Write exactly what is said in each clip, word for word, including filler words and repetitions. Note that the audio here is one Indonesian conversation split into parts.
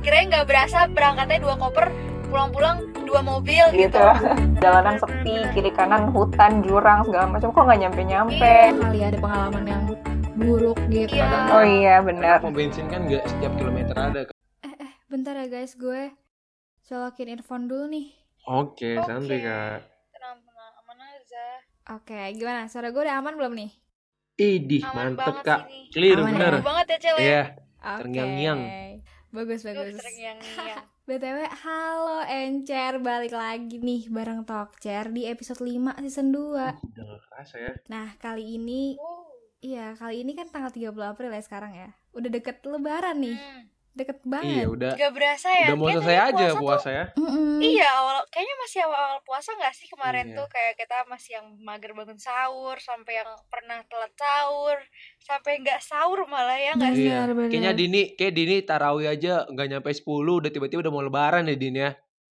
kirain nggak berasa berangkatnya dua koper, pulang-pulang dua mobil gitu. gitu. Jalanan sepi, kiri kanan hutan, jurang segala macam, kok nggak nyampe-nyampe. Iya. Kali ada pengalaman yang buruk gitu. Iya. Oh iya benar. Pom bensin kan nggak setiap kilometer ada. Eh eh bentar ya guys, gue colokin earphone dulu nih. Oke, Oke. santai kak. Tenang, tenang, aman aja. Oke, gimana? Suara gue udah aman belum nih? Idih, Aman mantep banget kak. sini. Clear Aman ya? bener. Seru banget ya cewek. Iya. Oke. Terngiang-ngiang. Bagus Aduh, bagus. terngiang-ngiang. B T W, halo Encer, balik lagi nih bareng Talkcer di episode lima season dua. Udah gak kerasa ya. Nah, kali ini, Oh. iya kali ini kan tanggal tiga puluh April ya sekarang ya. Udah deket lebaran nih, Hmm. deket Iya banget. udah. Gak berasa ya. Udah mau Kayak selesai tadi aja puasa puasa tuh- ya. Mm-mm. Iya, awal kayaknya masih awal-awal puasa nggak sih kemarin Iya. tuh, kayak kita masih yang mager bangun sahur, sampai yang pernah telat sahur, sampai nggak sahur malah ya nggak sih? Iya. Benar, benar. Kayaknya Dini, kayak Dini tarawih aja nggak nyampe sepuluh, udah tiba-tiba udah mau lebaran ya Din ya.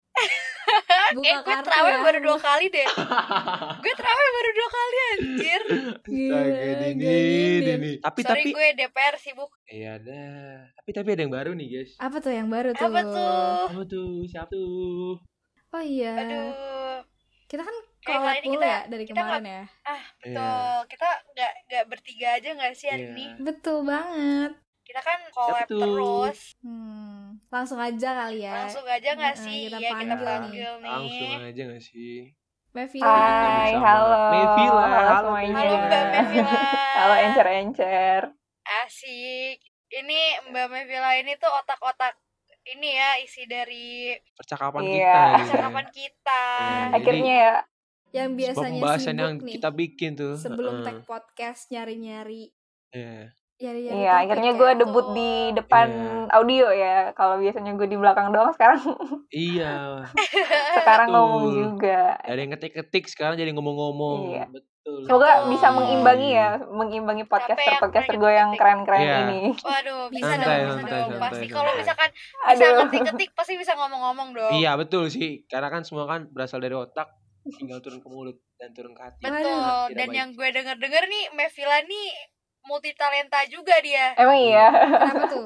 Buka Eh, gue kartu terawih ya. baru dua kali deh. Gue terawih baru dua kali anjir. Gila, Astaga, Dini, gayanya, Dini. Tapi Sorry tapi gue D P R sibuk. iya dah. Tapi tapi ada yang baru nih guys. Apa tuh yang baru tuh? Apa tuh? Apa tuh? Siapa tuh? Oh iya. Aduh. Kita kan Eh, kali collab ini mulu kita- ya dari kita kemarin ya. Ah, Iya. betul. Kita nggak nggak bertiga aja nggak sih hari Iya. ini? Betul banget. Kita kan collab tuh? terus. Hmm, langsung aja kali ya. Langsung aja nggak Heeh, sih? kita Ya kita panggil nih. panggil nih. Langsung aja gak sih? Mevila. Hai, bersama halo. Mevila, halo semuanya. Halo Mbak Mevila. Halo encer-encer. Asik. Ini Mbak Mevila ini tuh otak-otak ini ya, isi dari Percakapan Iya. kita nih. percakapan kita. Iya. Akhirnya ya, Yang Sebuah biasanya pembahasan sibuk yang nih kita bikin tuh. sebelum Heeh. tag podcast nyari-nyari Iya. nyari-nyari iya topik akhirnya ya. gue debut Betul. di depan Iya. audio ya. Kalau biasanya gue di belakang doang, sekarang Iya. sekarang Betul. ngomong juga. Ada yang ngetik-ketik, sekarang jadi ngomong-ngomong. Iya. Betul. Semoga Betul. bisa mengimbangi ya, mengimbangi Siapa podcaster-podcaster yang gue yang ngetik-ngetik? keren-keren Iya. ini. Waduh, bisa Santai, dong, bisa santai, dong. santai, Pasti kalau santai. misalkan bisa Aduh. ngetik-ngetik pasti bisa ngomong-ngomong dong. Iya betul sih, karena kan semua kan berasal dari otak, tinggal turun ke mulut dan turun ke hati. Betul. Tidak Dan baik. yang gue denger-denger nih, Mevila nih multi talenta juga dia. Emang iya. Kenapa tuh?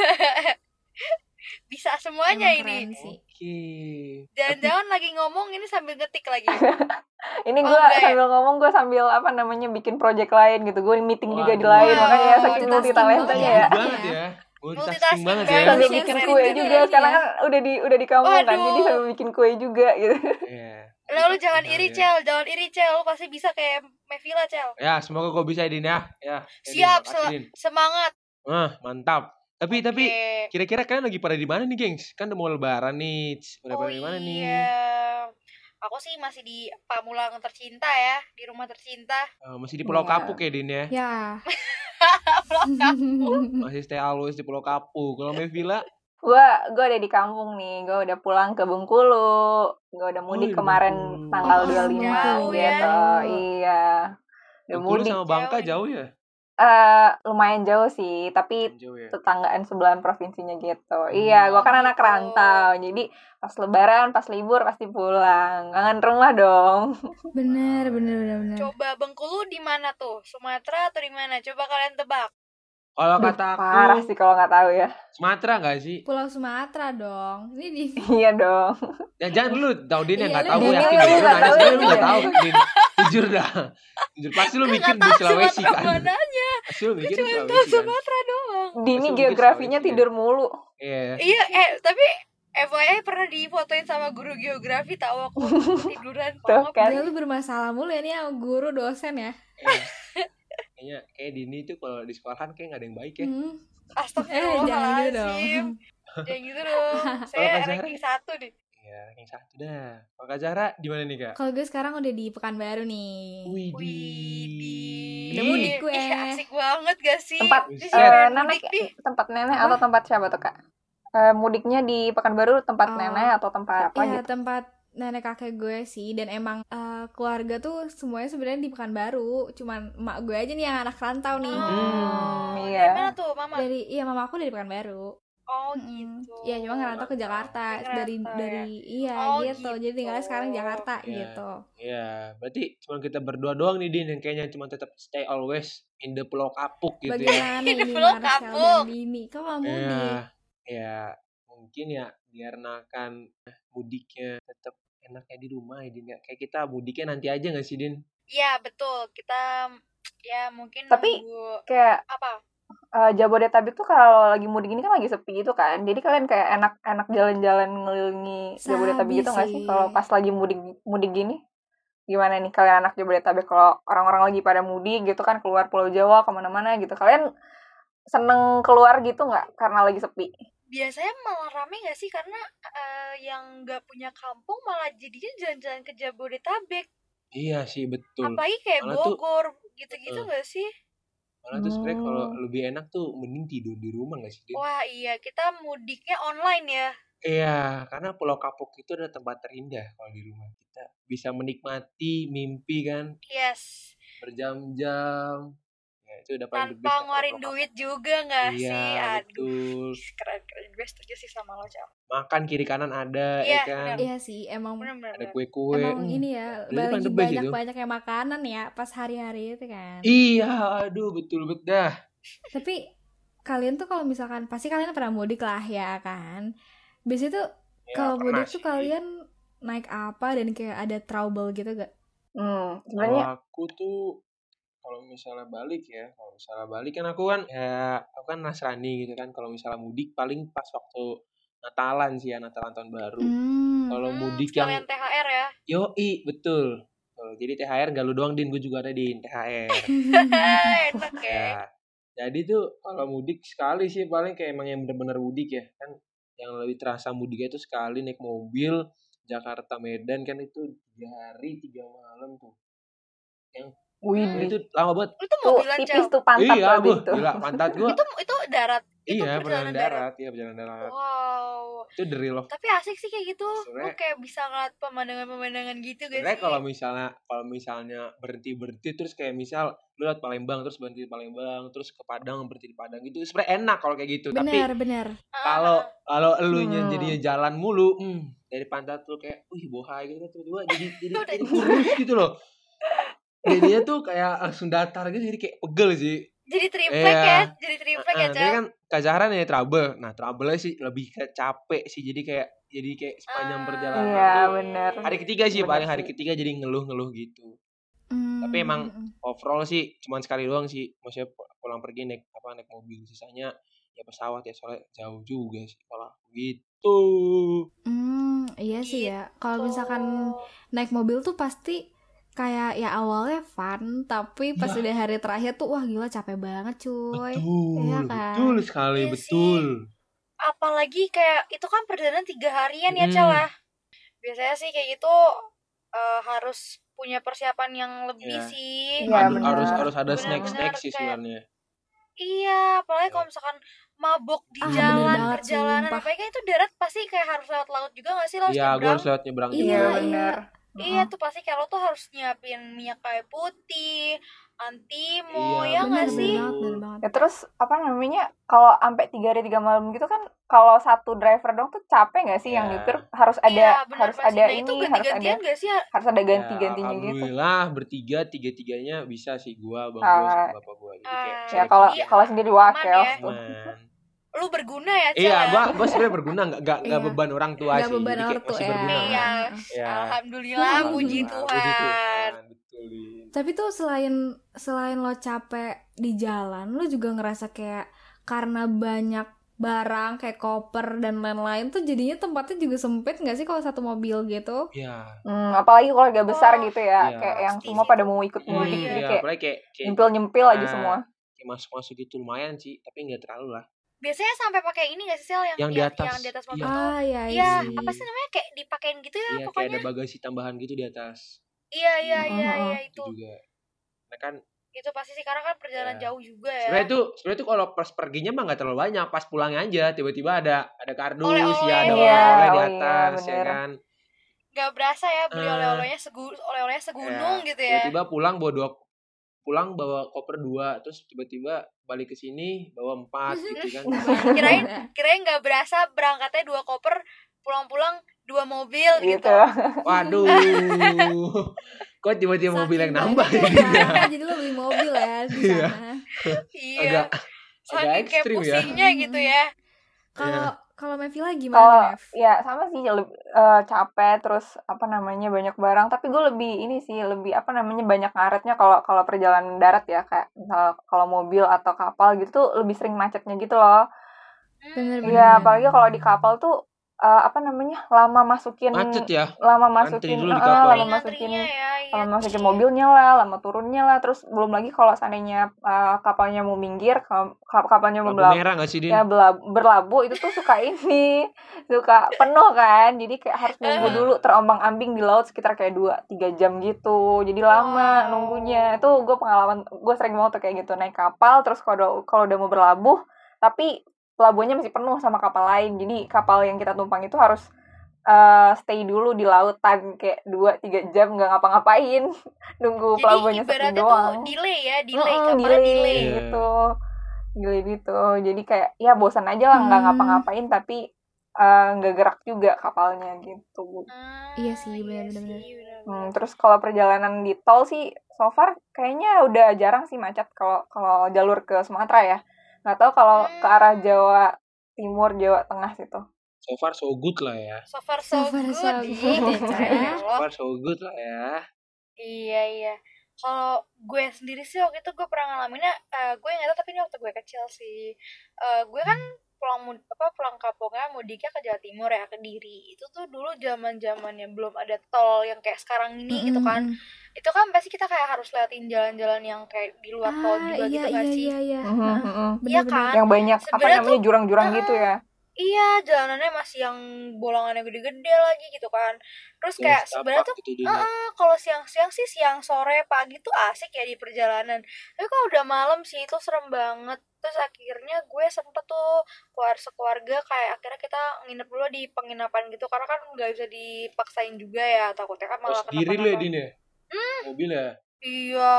Bisa semuanya Emang keren ini. sih. Oke. Jangan-jangan lagi ngomong ini sambil ngetik lagi. Ini Oh, gue enggak ya? sambil ngomong, gue sambil apa namanya bikin project lain gitu. Gue meeting juga di Waduh. lain, Wow, makanya ya saking multi multitasking talentanya banget ya. Multi banget ya. Multitasking Multitasking banget banget. ya. Sambil Iya, bikin keren kue juga juga, ini sekarang ya. kan udah di udah di kampung kan, Waduh. jadi sambil bikin kue juga gitu. Iya. Lalu jangan Benar iri, ya. Cel. Jangan iri, Cel. Lu pasti bisa kayak Mevila, Cel. Ya, semoga kau bisa Din ya. Ya. ya, Din, Siap, makasih, sel- Din. semangat. Ah, mantap. Tapi tapi Oke. kira-kira kalian lagi pada di mana nih, gengs? Kan udah mau lebaran nih. Udah Oh pada di mana nih? iya. Aku sih masih di Pamulang tercinta ya, di rumah tercinta. Eh, masih di Pulau Iya. Kapuk ya, Din ya? Ya. Masih stay always di Pulau Kapuk. Kalau Mevila, Gue gue ada di kampung nih, gue udah pulang ke Bengkulu. Gue udah mudik di kemarin Bengkulu. tanggal Oh, dua puluh lima jauh ya. gitu. Iya. Udah Bengkulu mudik. sama Bangka Jauh. jauh ya? Eh lumayan jauh sih, tapi Jauh ya. tetanggaan sebelahan provinsinya gitu. Iya, gue kan anak gitu. rantau, jadi pas lebaran, pas libur pasti pulang. Kangen rumah dong. Bener, bener, bener, bener. Coba Bengkulu di mana tuh? Sumatera atau di mana? Coba kalian tebak. Kalau Duh, kata aku, parah sih kalau nggak tahu ya. Sumatera nggak sih? Pulau Sumatera dong. Ini di Iya dong. Ya jangan lu tahu Din yang Iya, nggak lu tahu, gue Din, yakin lu Din. Lu nggak nanya tahu sebenarnya lu ya? nggak tahu Din. Jujur dah. Jujur pasti lu mikir di Nggak tahu Sulawesi Sumatera kan. mananya. Pasti lu Gue mikir di cuma tahu Sulawesi kan. Sumatera doang. Dini Masih geografinya Sulawesi, tidur mulu. Iya. Iya, eh tapi F Y I pernah difotoin sama guru geografi, tahu aku tiduran. Tuh Maaf. kan. Dia lu bermasalah mulu ya nih sama guru dosen ya. Iya. Kayaknya kayak Dini tuh kalau di sekolahan kayak nggak ada yang baik ya. Hmm. Astagfirullahaladzim. Eh, jangan gitu dong. Jangan gitu dong. Kalau Saya Kak Zahra? ranking satu nih. Iya, yang satu dah. Kalau Kak Zahra di mana nih, Kak? Kalau gue sekarang udah di Pekanbaru nih. Widih. Udah mudik gue. Ih, asik banget gak sih? Tempat Ih, Buset. eh, pengen nenek, mudik nih. tempat nenek Apa? atau tempat siapa tuh kak? Eh, mudiknya di Pekanbaru tempat Oh. nenek atau tempat apa Iya, gitu? tempat nenek kakek gue sih. Dan emang eh, keluarga tuh semuanya sebenarnya di Pekanbaru. Cuman emak gue aja nih yang anak rantau nih. Oh, iya. dari mana tuh, Mama? Dari iya mama aku dari Pekanbaru. Oh, Mm. gitu. Iya, cuma ngerantau ke Jakarta Ngerantau dari ya? dari iya Oh, gitu. Jadi tinggalnya gitu. sekarang di Jakarta Iya. gitu. Iya, berarti cuma kita berdua doang nih Din yang kayaknya cuma tetap stay always in the Pulau Kapuk gitu ya. Bagaimana Di ini Pulau Marcel Kapuk. dan Dini? Kau mau Iya, mudik? ya mungkin mungkin ya biar nakan mudiknya tetap enaknya di rumah ya Din. Kayak kita mudiknya nanti aja nggak sih Din? Iya betul, kita ya mungkin Tapi nunggu kayak apa? uh, Jabodetabek tuh kalau lagi mudik ini kan lagi sepi gitu kan. Jadi kalian kayak enak-enak jalan-jalan ngelilingi Jabodetabek Sabi gitu nggak sih? sih. Kalau pas lagi mudik mudik gini, gimana nih kalian anak Jabodetabek kalau orang-orang lagi pada mudik gitu kan keluar Pulau Jawa kemana-mana gitu? Kalian seneng keluar gitu nggak karena lagi sepi? Biasanya malah rame gak sih karena eh, yang nggak punya kampung malah jadinya jalan-jalan ke Jabodetabek. Iya sih betul. Apalagi kayak Malah tuh Bogor gitu-gitu uh, nggak sih? malah tuh sebenarnya kalau Hmm. lebih enak tuh mending tidur di rumah nggak sih Din? Wah iya, kita mudiknya online ya. Iya, karena Pulau Kapuk itu adalah tempat terindah kalau di rumah. Kita bisa menikmati mimpi kan Yes. berjam-jam. Ya itu udah paling the best Tanpa lah kalau ngeluarin Pulau Kapuk. duit juga nggak Iya, sih? Aduh, betul. keren-keren. Gue setuju sih sama lo, Cam. Makan kiri kanan ada Iya, ya kan. benar. Iya sih, emang Bener-bener. Ada kue-kue. emang Hmm. ini ya, Itu paling lagi the best itu. banyak-banyaknya makanan ya pas hari-hari itu kan. Iya, aduh betul betul dah. Tapi kalian tuh kalau misalkan pasti kalian pernah mudik lah ya kan. Biasanya tuh Ya, kalau pernah mudik tuh sih. kalian naik apa dan kayak ada trouble gitu gak? Hmm, Kalau sebenarnya aku tuh kalau misalnya balik ya, kalau misalnya balik kan aku kan ya aku kan Nasrani gitu kan. Kalau misalnya mudik paling pas waktu Natalan sih ya, Natalan tahun baru. Hmm. Kalau Hmm, mudik yang sekalian T H R ya. yoi betul. Tuh, jadi T H R gak lu doang Din, gue juga ada Din T H R. Enak ya. Ya. Jadi tuh kalau mudik sekali sih paling kayak emang yang bener-bener mudik ya kan, yang lebih terasa mudiknya itu sekali naik mobil Jakarta Medan kan itu tiga hari tiga malam tuh. Yang wih, itu lama banget. Itu tuh mobilan, tipis Cam. tuh pantat Iya, tuh bu, gitu. gila pantat gua. Itu itu darat. Itu Iya, perjalanan perjalanan darat. darat, iya perjalanan darat. Wow. Itu the real of. Tapi asik sih kayak gitu. Lu Sebenarnya- kayak bisa ngeliat pemandangan-pemandangan gitu gak Sebenarnya sih? kalau misalnya kalau misalnya berhenti berhenti terus kayak misal lu lewat Palembang terus berhenti di Palembang terus ke Padang berhenti di Padang gitu sebenarnya enak kalau kayak gitu. Tapi Benar, benar. kalau kalau elunya Hmm. jadinya jalan mulu, hmm, dari pantat lu kayak, wih bohai gitu tiba-tiba jadi jadi, Udah. jadi kurus gitu loh. Jadinya tuh kayak langsung datar gitu jadi kayak pegel sih. Jadi triplek Iya. ya, jadi triplek ya, Nah, Cam. dia kan Kak Zahra nih trouble. Nah, trouble-nya sih lebih ke capek sih. Jadi kayak jadi kayak sepanjang Ah. perjalanan. Iya, tuh, bener. Hari ketiga sih Bener paling hari sih. ketiga jadi ngeluh-ngeluh gitu. Hmm. Tapi emang overall sih cuman sekali doang sih. Maksudnya pu- pulang pergi naik apa naik mobil, sisanya ya pesawat ya soalnya jauh juga sih kalau aku gitu. Hmm, iya sih ya. Kalau misalkan naik mobil tuh pasti kayak ya awalnya fun, tapi pas Iya. udah hari terakhir tuh wah gila capek banget cuy. Betul, Iya kan? betul sekali, Iya betul. Apalagi kayak itu kan perjalanan tiga harian ya, Mm. Cel ya. Biasanya sih kayak gitu eh, harus punya persiapan yang lebih Iya. sih. Iya, Aduh, benar. harus harus ada Benar-benar snack-snack sih kayak- sebenarnya. Iya, apalagi Iya. kalau misalkan mabok di Ah, bener jalan banget, perjalanan, sumpah. apalagi kan itu darat pasti kayak harus lewat laut juga gak sih lo harus Iya, gue nyebrang? harus lewat nyebrang Iya, juga. Iya, iya. bener. Iya tuh pasti kayak lo tuh harus nyiapin minyak kayu putih, antimo, Iya, ya Bener, nggak bener sih? banget, bener banget. Ya terus apa namanya kalau sampai tiga hari tiga malam gitu kan kalau satu driver dong tuh capek nggak sih yang Ya. nyetir harus ada Iya, benar harus pasti. ada Nah, itu ini harus ada ganti-gantian gak sih? harus ada ganti-gantinya Ya, gitu. alhamdulillah bertiga tiga-tiganya bisa sih gua, bang Ah. gua sama bapak gua. Jadi kayak Ah, Ya ada kalau kerjaan. kalau sendiri Aman wakil ya. tuh. Aman. Lu berguna ya, Cel? Iya, ya? gua gua sebenarnya berguna nggak nggak nggak Iya. beban orang tua Nggak sih. beban Jadi kayak ortu masih ya. berguna. Iya. Ya. Alhamdulillah, puji Alhamdulillah, Tuhan. puji Tuhan. Betul, Din. Tapi tuh selain selain lo capek di jalan, lo juga ngerasa kayak karena banyak barang kayak koper dan lain-lain tuh jadinya tempatnya juga sempit nggak sih kalau satu mobil gitu? Iya. Hmm, apalagi keluarga besar Oh, gitu ya, iya. kayak yang Pasti semua sih pada tuh. mau ikut Oh, mudik iya. jadi Iya, kayak apalagi kayak kayak, nyempil-nyempil aja ah, semua. kayak masuk-masuk gitu lumayan sih, tapi nggak terlalu lah. Biasanya sampai pakai ini gak sih, Sel? Yang, Yang di yang, atas. yang di atas mobil Iya. tuh. Ah iya Iya, iya. apa sih namanya? Kayak dipakein gitu ya Iya, kayak pokoknya. ada bagasi tambahan gitu di atas. Iya, iya, iya, Mm-mm. iya Itu itu. juga. Nah kan Itu pasti sih karena kan perjalanan Ya. jauh juga ya. sebenarnya tuh sebenarnya tuh kalau pas perginya mah nggak terlalu banyak, pas pulangnya aja tiba-tiba ada ada kardus Oleh-oleh. ya, ada Iya, oleh-oleh di oh iya, atas ya bener. kan. Gak berasa ya beli Eh. oleh-olehnya segu oleh-olehnya segunung Ya, gitu ya. Tiba-tiba pulang bawa dua pulang bawa koper dua, terus tiba-tiba balik ke sini bawa empat gitu kan. Kirain kirain nggak berasa berangkatnya dua koper, pulang-pulang dua mobil gitu. Gitu. Waduh. Kok tiba-tiba mobil yang Saking nambah banyaknya ya? barang, jadi lo beli mobil ya di Iya. sana. Iya. Agak agak Saking kayak ekstrim ya. pusingnya gitu ya. Kalau Iya. kalau Mevila Kalau gimana, Mev? ya sama sih leb- eh, capek terus apa namanya banyak barang, tapi gue lebih ini sih lebih apa namanya banyak ngaretnya kalau kalau perjalanan darat ya, kayak misal kalau mobil atau kapal gitu tuh lebih sering macetnya gitu loh. Bener-bener. Iya, apalagi kalau di kapal tuh eh, apa namanya lama masukin Macet ya. lama Antri masukin dulu di eh, kapal. lama masukin Ngantrinya ya, iya. lama masukin mobilnya lah, lama turunnya lah, terus belum lagi kalau seandainya eh, kapalnya mau minggir, kap- kap- kapalnya mau Lampu belab- merah gak sih, Din? ya belab- berlabuh itu tuh suka ini suka penuh kan, jadi kayak harus nunggu Eh. dulu terombang-ambing di laut sekitar kayak dua tiga jam gitu, jadi lama Wow. nunggunya. Itu gue pengalaman gue sering banget tuh kayak gitu, naik kapal terus kalau udah, kalau udah mau berlabuh tapi pelabuhannya masih penuh sama kapal lain, jadi kapal yang kita tumpang itu harus uh, stay dulu di lautan kayak dua tiga jam nggak ngapa-ngapain nunggu Jadi pelabuhannya sepi ibaratnya doang. tuh delay ya, delay, Mm-mm, kapalnya delay, delay. Iya. gitu delay gitu, jadi kayak ya bosan aja lah nggak Hmm. ngapa-ngapain tapi uh, nggak gerak juga kapalnya gitu. Ah, Iya sih, iya benar-benar. sih, benar-benar. Hmm, terus kalau perjalanan di tol sih so far kayaknya udah jarang sih macet kalau kalau jalur ke Sumatera ya. Nggak tahu kalau ke arah Jawa Timur, Jawa Tengah situ. So far so good lah ya. So far so, So far good, so Dik. good, Ya ya. So Allah. far so good lah ya. Iya, iya. Kalau gue sendiri sih waktu itu gue pernah ngalaminnya, eh, gue nggak tahu tapi ini waktu gue kecil sih. Eh, gue kan pulang mud- apa pulang kampungnya mudiknya ke Jawa Timur ya, ke Kediri. Itu tuh dulu zaman-zamannya belum ada tol yang kayak sekarang ini gitu kan. Mm-mm. Itu kan pasti kita kayak harus lewatin jalan-jalan yang kayak di luar tol Ah, juga iya gitu iya gak sih? iya iya. Mhm, Heeh. mhm. Iya Bener-bener. kan? Yang banyak apa Sebenarnya namanya jurang-jurang Heeh. gitu ya. Iya, jalanannya masih yang bolongannya gede-gede lagi gitu kan. Terus Yang kayak sebenarnya setapak tuh gitu Din. Heeh, kalau siang-siang sih siang sore pagi tuh asik ya di perjalanan. Tapi kalau udah malam sih itu serem banget. Terus akhirnya gue sempet tuh keluar sekeluarga kayak akhirnya kita nginep dulu di penginapan gitu karena kan nggak bisa dipaksain juga ya, takutnya kan Oh, malah sendiri lu ya, kenapa-napa. Din ya? Mobil ya? Iya.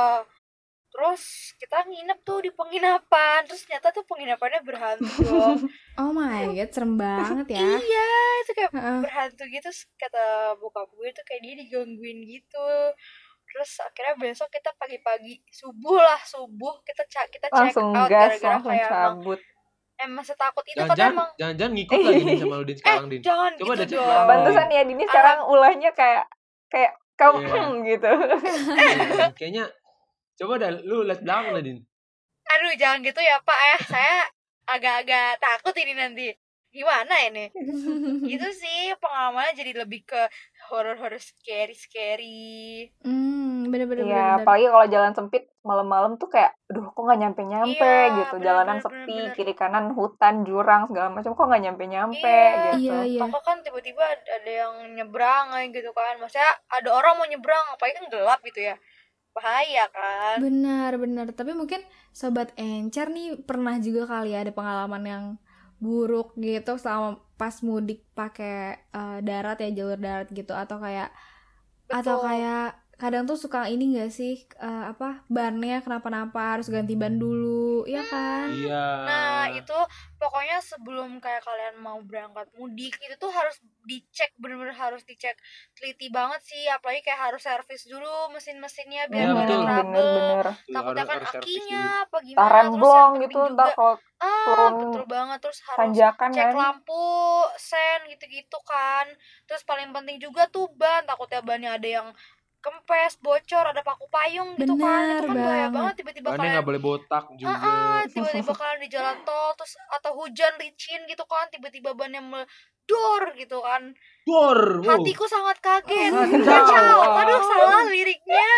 Terus kita nginep tuh di penginapan. Terus ternyata tuh penginapannya berhantu dong. Oh my god, serem banget ya. Iya, itu kayak Heeh. berhantu gitu. Terus kata bokap gue tuh kayak dia digangguin gitu. Terus akhirnya besok kita pagi-pagi subuh lah subuh kita ca- kita check Langsung out gas, gara-gara langsung kayak emang cabut. emang setakut itu kan Jangan-jangan, emang jangan-jangan ngikut lagi nih sama lu Din eh sekarang, Din. jangan Coba gitu deh cek dong. belakang. Pantesan ya Dini sekarang ulahnya kayak kayak kamu Iya. gitu. Iya, kayaknya coba dah lu lihat belakang lah, Din. Aduh jangan gitu ya Pak ya, saya agak-agak takut ini nanti. Gimana ini? Gitu sih pengalamannya jadi lebih ke horor-horor scary-scary. Hmm, bener-bener Iya, bener-bener. apalagi kalau jalan sempit malam-malam tuh kayak, aduh kok nggak nyampe-nyampe Iya, gitu. bener, Jalanan bener, sepi, bener, bener. kiri kanan hutan, jurang segala macam, kok nggak nyampe-nyampe Iya. gitu. Iya iya. Maka kan tiba-tiba ada ada yang nyebrang aja gitu kan. Maksudnya ada orang mau nyebrang, apalagi kan gelap gitu ya. Bahaya kan. Benar benar. Tapi mungkin sobat encer nih pernah juga kali ya ada pengalaman yang buruk gitu selama pas mudik pakai eh, darat ya, jalur darat gitu, atau kayak atau Betul. kayak kadang tuh suka ini gak sih eh, apa bannya kenapa-napa harus ganti ban dulu, ya kan? Iya. Nah itu pokoknya sebelum kayak kalian mau berangkat mudik itu tuh harus dicek, bener-bener harus dicek teliti banget sih. Apalagi kayak harus servis dulu mesin-mesinnya biar Iya, gak ada betul. trouble. Bener-bener. Tuh, Takutnya harus- kan harus servis akinya dulu. apa gimana. Tahan Terus blong yang penting gitu, juga ntar kalau ah turun betul banget. Terus harus tanjakan cek kan. lampu, sen gitu-gitu kan. Terus paling penting juga tuh ban, takutnya bannya ada yang kempes, bocor, ada paku payung gitu kan. Bener Itu kan bahaya banget. banget tiba-tiba Bannya kalian nggak boleh botak juga. Ah, tiba-tiba kalian di jalan tol terus atau hujan licin gitu kan, tiba-tiba bannya meledor gitu kan. Dor. wow. Hatiku sangat kaget. Kacau. Kacau. Aduh, salah liriknya.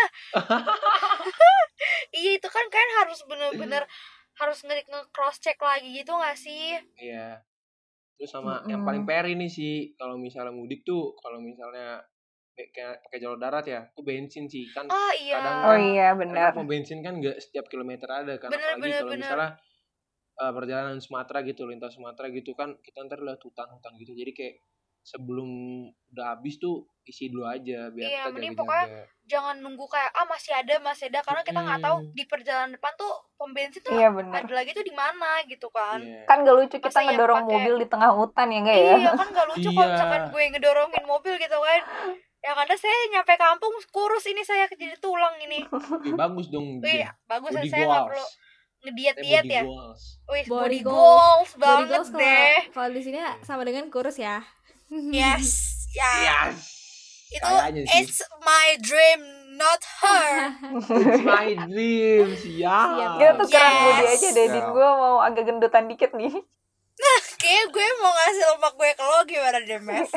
Iya, itu kan kan harus bener-bener harus nge- nge-cross check lagi gitu gak sih? Iya. Terus sama Mm-mm. yang paling peri nih sih kalau misalnya mudik tuh, kalau misalnya be- kayak pakai jalur darat ya, tuh bensin sih kan. Oh iya. Kadang Oh kan- iya Karena benar. pom bensin kan nggak setiap kilometer ada kan. Bener, Apalagi bener, kalau bener. misalnya uh, perjalanan Sumatera gitu, lintas Sumatera gitu kan, kita ntar lihat hutan-hutan gitu. Jadi kayak sebelum udah habis tuh isi dulu aja biar Iya, kita mending jaga-jaga. pokoknya jangan nunggu kayak ah masih ada masih ada karena kita nggak tahu Mm-mm. di perjalanan depan tuh pom bensin tuh Iya benar. ada lagi tuh di mana gitu kan. Iya. Kan gak lucu kita Masa yang ngedorong pakai- mobil di tengah hutan ya enggak ya? Iya kan gak lucu kalau Iya. misalkan gue ngedorongin mobil gitu kan. Yang ada saya nyampe kampung kurus ini saya jadi tulang ini. Ih, bagus dong. Wih Jin. bagus Body saya nggak goals. perlu ngediet-diet body ya. goals. Wih, Body body goals. goals Body banget goals kalau deh. kalau di sini sama dengan kurus ya. Yes, ya. Yes. Itu Kayaknya sih. it's my dream, not her. It's my dreams. Ya. Siap. Dia tuh keren Yes. body aja deh, Din. Ya. Gue mau agak gendutan dikit nih. Kayaknya gue mau ngasih lemak gue ke lo, gimana deh, Mev?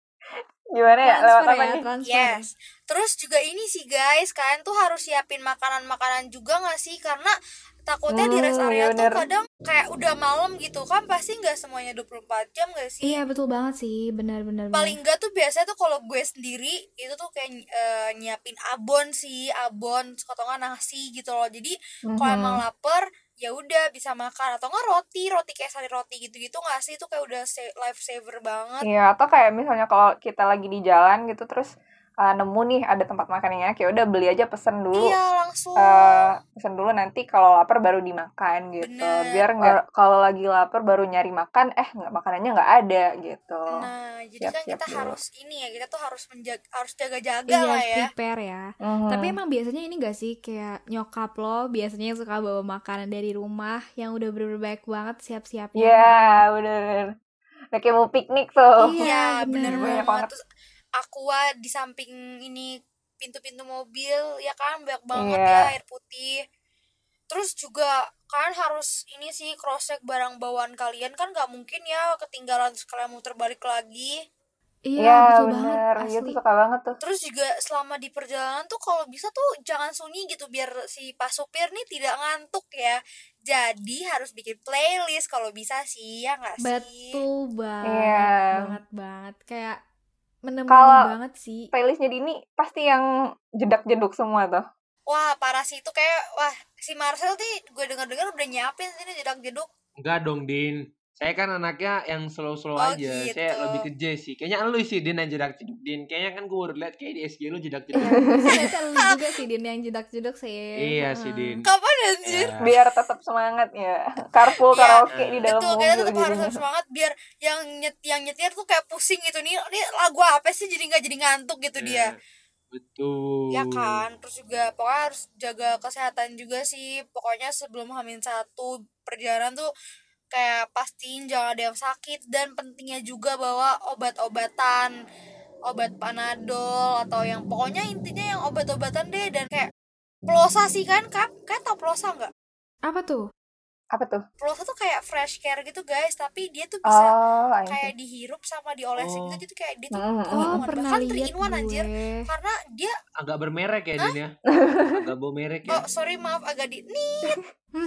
Gimana ya? Lewat Transfer apa ya, nih? transfer. Yes. Terus juga ini sih guys, kalian tuh harus siapin makanan-makanan juga gak sih? Karena takutnya di rest Hmm, area iya tuh bener. kadang kayak udah malam gitu kan, pasti gak semuanya dua puluh empat jam gak sih? Iya betul banget sih, benar-benar. Paling enggak tuh biasanya tuh kalau gue sendiri itu tuh kayak eh, nyiapin abon sih, abon atau nggak nasi gitu loh. Jadi kalau Mhm. emang lapar ya udah bisa makan, atau nggak roti, roti kayak sari roti gitu-gitu nggak sih? Itu kayak udah sa- life saver banget. Iya, atau kayak misalnya kalau kita lagi di jalan gitu terus uh, nemu nih ada tempat makan yang enak, ya udah beli aja, pesen dulu. Iya langsung. Eh, pesen dulu, nanti kalau lapar baru dimakan gitu. Bener. Biar nggak kalau lagi lapar baru nyari makan, eh nggak, makanannya nggak ada gitu. Nah, jadi kan Siap-siap kita dulu. harus ini ya, kita tuh harus menjaga, harus jaga-jaga Iya, lah harus ya. prepare ya. Mhm. Tapi emang biasanya ini gak sih kayak nyokap lo biasanya yang suka bawa makanan dari rumah yang udah bener-bener baik banget siap-siapnya. Iya, bener. Udah kayak mau piknik tuh. Iya, Iya, bener bener. Banyak banget. banget. Terus Aqua di samping ini pintu-pintu mobil, ya kan banyak banget Iya. ya air putih. Terus juga kalian harus ini sih cross check barang bawaan kalian, kan nggak mungkin ya ketinggalan sekalian muter balik lagi. Iya, Iya, betul bener. banget Iya tuh asli. suka banget tuh. Terus juga selama di perjalanan tuh kalau bisa tuh jangan sunyi gitu, biar si pas supir nih tidak ngantuk ya. Jadi harus bikin playlist kalau bisa sih, ya nggak sih? Betul banget, Iya. banget banget. Kayak menemani Kalau banget sih. playlistnya Dini pasti yang jedak-jeduk semua tuh. Wah, parah sih itu, kayak wah si Marcel nih gue dengar-dengar udah nyiapin sini jedak-jeduk. Enggak dong, Din. Saya kan anaknya yang slow-slow Oh, aja. gitu. Saya lebih ke J sih. Kayaknya lu sih, Din, yang jedak-jeduk, Din. Kayaknya kan gue baru liat kayak di S G lu jedak-jeduk. Iya, biasanya lu juga sih Din yang jedak-jeduk sih. Iya sih, Heeh. Din. Kapan anjir? Ya. Biar tetap semangat ya. Carpool Iya. karaoke di dalam Betul, kita mobil tetap harus jadinya. semangat biar yang nyet yang nyetir tuh kayak pusing gitu nih. Ini lagu apa sih, jadi nggak jadi ngantuk gitu dia. Ya, betul. Ya kan, terus juga pokoknya harus jaga kesehatan juga sih. Pokoknya sebelum hamil satu perjalanan tuh kayak pastiin jangan ada yang sakit, dan pentingnya juga bawa obat-obatan, obat Panadol atau yang pokoknya intinya yang obat-obatan deh. Dan kayak plosa sih kan, kap kan tau plosa nggak? Apa tuh? Apa tuh? Plosa tuh kayak fresh care gitu guys, tapi dia tuh bisa Oh, I see. kayak dihirup sama diolesin Oh. gitu, jadi kayak dia tuh Mm, mm, tahan Oh, banget. pernah Bahkan lihat three in one anjir, gue. karena dia Agak bermerek ya, Din ya. Agak bau merek ya. oh sorry maaf agak di nih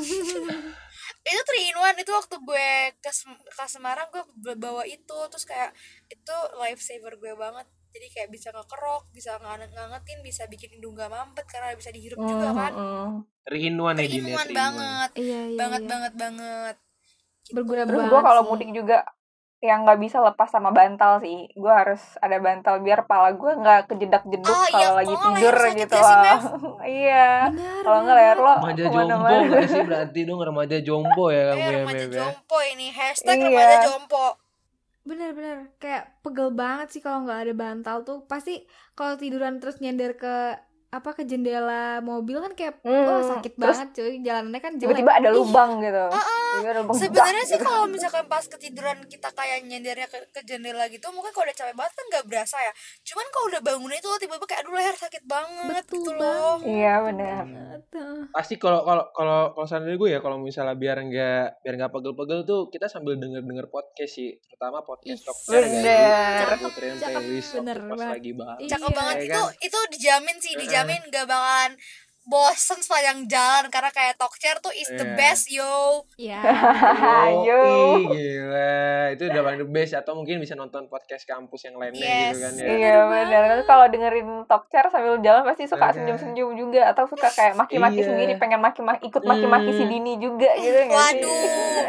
itu three in one. Itu waktu gue ke, Sem- ke Semarang gue b- bawa itu, terus kayak itu life saver gue banget. Jadi kayak bisa ngekerok, bisa nganget-ngangetin, bisa bikin hidung gak mampet karena bisa dihirup juga kan. Mm-mm. Three in one ya, Three Din in ya. one three in one. banget, Iya, iya, banget iya. banget banget. Gitu. Berguna Terus banget gue kalau sih. mudik juga yang nggak bisa lepas sama bantal sih. Gue harus ada bantal biar pala gue nggak kejedak-jeduk Ah, iya, kalau lagi kalau nggak tidur leher sakit gitu ya sih, loh. Mev? Iya. Benar, Kalau nggak benar leher lo banget. Remaja jompo kemana-mana. gak sih berarti dong, remaja jompo ya kamu Eh, ya, remaja Mev ya. jompo ini, hashtag Iya. remaja jompo. Bener-bener kayak pegel banget sih kalau nggak ada bantal tuh. Pasti kalau tiduran terus nyender ke apa ke jendela mobil kan kayak Hmm, wah sakit terus banget cuy, jalanannya kan jelek. Tiba-tiba ada lubang gitu. Ah, Tiba-tiba ada lubang sebenarnya dak sih gitu. kalau misalkan pas ketiduran kita kayak nyendernya ke, ke jendela gitu, mungkin kalau udah capek banget kan nggak berasa ya. Cuman kalau udah bangun itu tiba-tiba kayak aduh leher sakit banget Betul gitu loh. banget. Iya benar. banget. Heeh. Pasti kalau kalau kalau kalau saran dari gue ya, kalau misalnya biar nggak biar nggak pegel-pegel tuh kita sambil denger-denger podcast sih, terutama podcast Ih, dokter ya. bener. Jadi puterin Cakep, playlist bener waktu pas banget. lagi bahas. Cakep Iya. banget Ya itu kan? itu dijamin sih, dijamin nggak bakalan bosen sepanjang jalan karena kayak Talkshare tuh is the Iya. best yo. Ya. Ayo. Yoi, gila. Itu udah paling the best. Atau mungkin bisa nonton podcast kampus yang lainnya Yes. gitu kan ya. Iya benar. Terus kalau dengerin talkshare sambil jalan pasti suka Iya. senyum-senyum juga, atau suka kayak maki-maki Iya. sendiri, pengen maki-maki ikut maki-maki si Hmm. Dini juga gitu nggak sih? Waduh.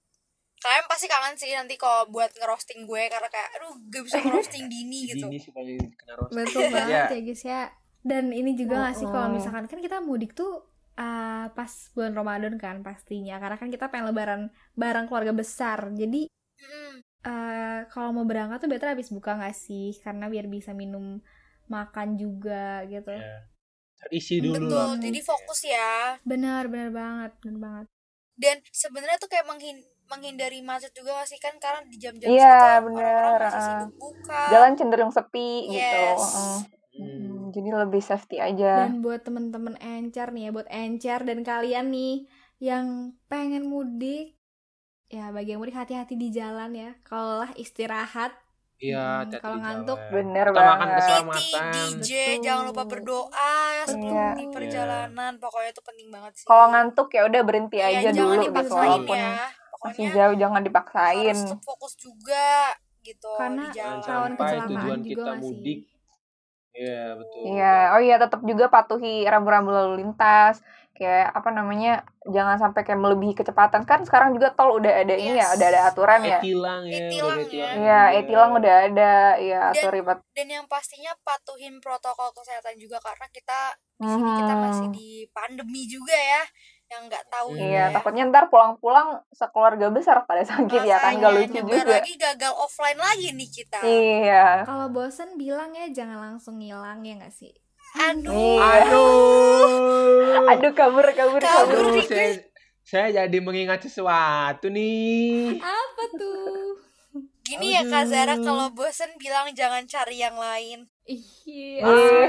Kalian pasti kangen sih nanti kalau buat ngerosting gue karena kayak aduh gak bisa ngerosting Dini gitu. Ini sih paling kena roasting. Betul banget Ya. ya guys ya. Dan ini juga nggak sih kalau Mm-mm. misalkan kan kita mudik tuh uh, pas bulan Ramadan kan pastinya, karena kan kita pengen lebaran bareng keluarga besar. Jadi Mm. uh, kalau mau berangkat tuh better habis buka nggak sih, karena biar bisa minum makan juga gitu. Ya. Terisi dulu Betul, lah. jadi fokus ya. Benar benar banget, benar banget. Dan sebenarnya tuh kayak menghin- menghindari macet juga gak sih kan, karena di jam-jam Iya, segitu bener, orang-orang masih ah. sibuk buka. Jalan cenderung sepi gitu. Yes. Heeh. Hmm. Hmm, jadi lebih safety aja. Dan buat temen-temen encer nih ya, buat encer dan kalian nih yang pengen mudik, ya bagi yang mudik hati-hati di jalan ya. Kalau lah istirahat, Iya, Hmm, hati-hati kalau di ngantuk, jalan. Bener Utamakan banget. Titi, keselamatan. D J, Betul. jangan lupa berdoa ya sebelum Iya. di perjalanan. Pokoknya itu penting banget sih. Kalau ngantuk ya udah berhenti Iya, aja jangan dulu gitu, dipaksain walaupun ya. masih Pokoknya jauh jangan dipaksain. harus tetap fokus juga gitu karena di Jangan jalan. rawan sampai kecelakaan tujuan juga kita nggak sih? mudik. Iya, betul. Iya, oh iya tetap juga patuhi rambu-rambu lalu lintas. Kayak apa namanya? Jangan sampai kayak melebihi kecepatan. Kan sekarang juga tol udah ada ini ya, Yes. udah ada aturan ya. E-tilang ya, E-tilang udah ada ya. e-tilang Iya, juga. e-tilang udah ada. Iya, Dan- sorry Pat. Dan yang pastinya patuhin protokol kesehatan juga, karena kita di sini kita Mhm. masih di pandemi juga ya, yang nggak tahu Hmm. ini Iya, ya. takutnya ntar pulang-pulang sekeluarga besar pada sakit ya kan, gak Makanya lucu nyebar juga. lagi gagal offline lagi nih kita. Iya. Kalau bosen bilang ya jangan langsung ngilang ya nggak sih? Aduh. Iya. Aduh. Aduh kabur kabur Kabur kabur. Aduh, nih, saya, saya jadi mengingat sesuatu nih. Apa tuh? Gini ya Kak Zara, Aduh. kalau bosen bilang jangan cari yang lain. Iya.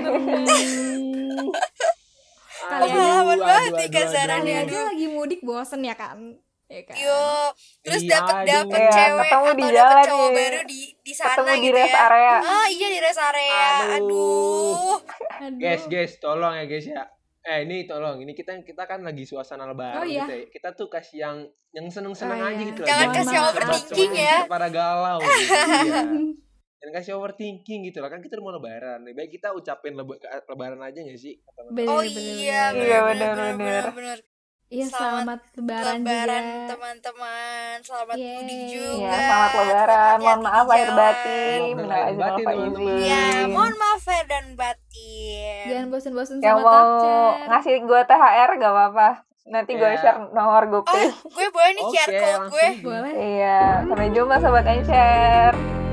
Aduh. Kali aja- Pengalaman banget nih, Kak Zara Kali nih, aja aduh. lagi mudik bosen ya kan? Ya kan? Yo, terus Iya, dapat aduh. dapat Iya, cewek ketemu atau di dapat jalan cowok nih. baru di di sana Ketemu di gitu rest ya. area. Ah iya di rest area. Aduh. Aduh. Aduh. Guys, guys, tolong ya guys ya. Eh ini tolong, ini kita kita kan lagi suasana lebaran Oh, iya. gitu ya. Kita tuh kasih yang yang seneng-seneng Oh, aja iya. gitu lah. Jangan Mohon kasih maaf. overthinking Cowok-cowok ya. kita pada galau gitu. Iya. Jangan kasih overthinking gitu lah, kan kita udah mau lebaran. Lebih baik kita ucapin leba- lebaran aja gak sih? Kata- Bener, Oh bener, iya, bener. Iya, benar bener, benar bener. benar. Iya, Selamat selamat lebaran, Lebaran juga. teman-teman, selamat Yeay. mudik Iya, juga. selamat lebaran. Tetap Mohon hati-hati maaf di lahir jalan. batin. Mohon Minal lahir aizin batin, wal teman-teman. faizin. Ya, mohon maaf lahir dan batin. Jangan bosen-bosen Yang sama mau Tapcer. ngasih gue T H R gak apa-apa. Nanti gue Iya. share nomor Oh, GoPay. gue boleh nih Q R Oke, code gue. langsung. Boleh. Iya, sampai jumpa sobat Encer.